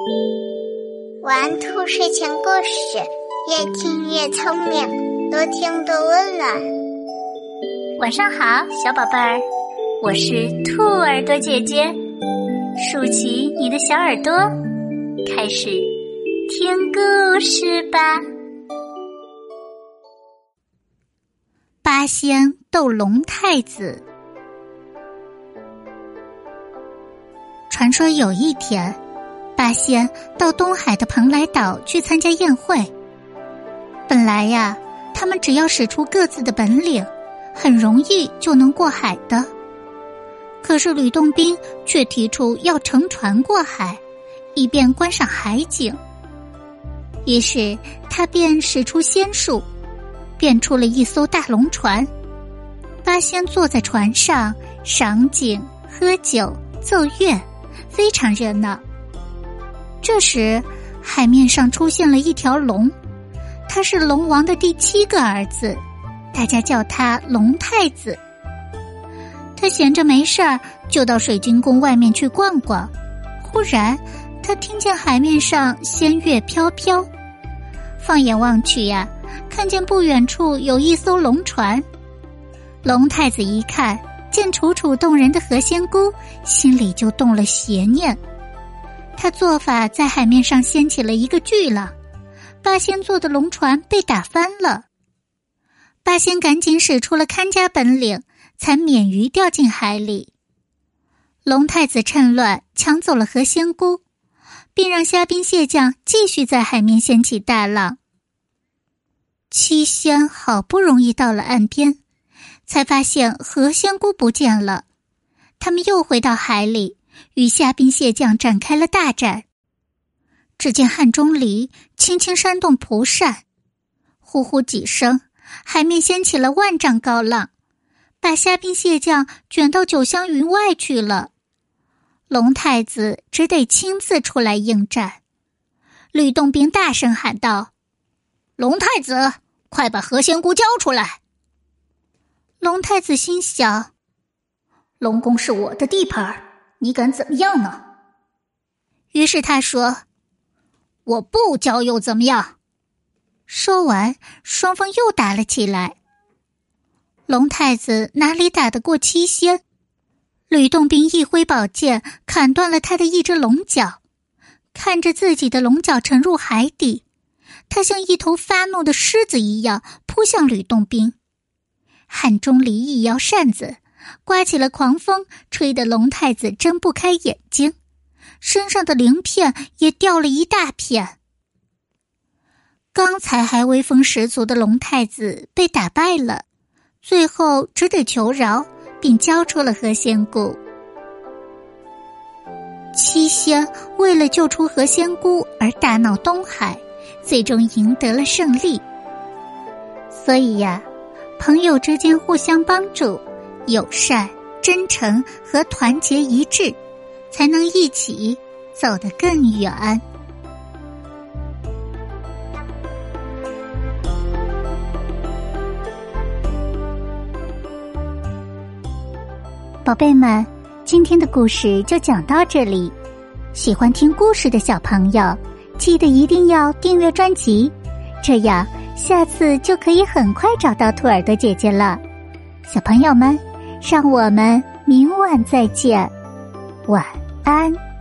玩兔睡前故事，越听越聪明，多听多温暖。 晚上好，小宝贝儿，我是兔耳朵姐姐，竖起你的小耳朵，开始听故事吧。八仙斗龙太子。传说有一天，八仙到东海的蓬莱岛去参加宴会。本来呀，他们只要使出各自的本领，很容易就能过海的。可是吕洞宾却提出要乘船过海，以便观赏海景。于是他便使出仙术，变出了一艘大龙船。八仙坐在船上赏景、喝酒、奏乐，非常热闹。这时海面上出现了一条龙，他是龙王的第7个儿子，大家叫他龙太子。他闲着没事儿，就到水晶宫外面去逛逛。忽然他听见海面上仙乐飘飘，放眼望去呀，看见不远处有一艘龙船。龙太子一看见楚楚动人的何仙姑，心里就动了邪念。他做法在海面上掀起了一个巨浪，八仙坐的龙船被打翻了。八仙赶紧使出了看家本领，才免于掉进海里。龙太子趁乱抢走了何仙姑，并让虾兵蟹将继续在海面掀起大浪。七仙好不容易到了岸边，才发现何仙姑不见了。他们又回到海里，与虾兵蟹将展开了大战。只见汉钟离轻轻扇动蒲扇，呼呼几声，海面掀起了万丈高浪，把虾兵蟹将卷到九霄云外去了。龙太子只得亲自出来应战。吕洞宾大声喊道：“龙太子，快把何仙姑交出来！”龙太子心想，龙宫是我的地盘，你敢怎么样呢？于是他说：“我不交又怎么样？”说完，双方又打了起来。龙太子哪里打得过七仙？吕洞宾一挥宝剑，砍断了他的一只龙角。看着自己的龙角沉入海底，他像一头发怒的狮子一样扑向吕洞宾。汉钟离一摇扇子，刮起了狂风，吹得龙太子睁不开眼睛，身上的鳞片也掉了一大片。刚才还威风十足的龙太子被打败了，最后只得求饶，并交出了何仙姑。七仙为了救出何仙姑而大闹东海，最终赢得了胜利。所以呀，朋友之间互相帮助，友善、真诚和团结一致，才能一起走得更远。宝贝们，今天的故事就讲到这里。喜欢听故事的小朋友，记得一定要订阅专辑，这样下次就可以很快找到兔耳朵姐姐了。小朋友们，让我们明晚再见，晚安。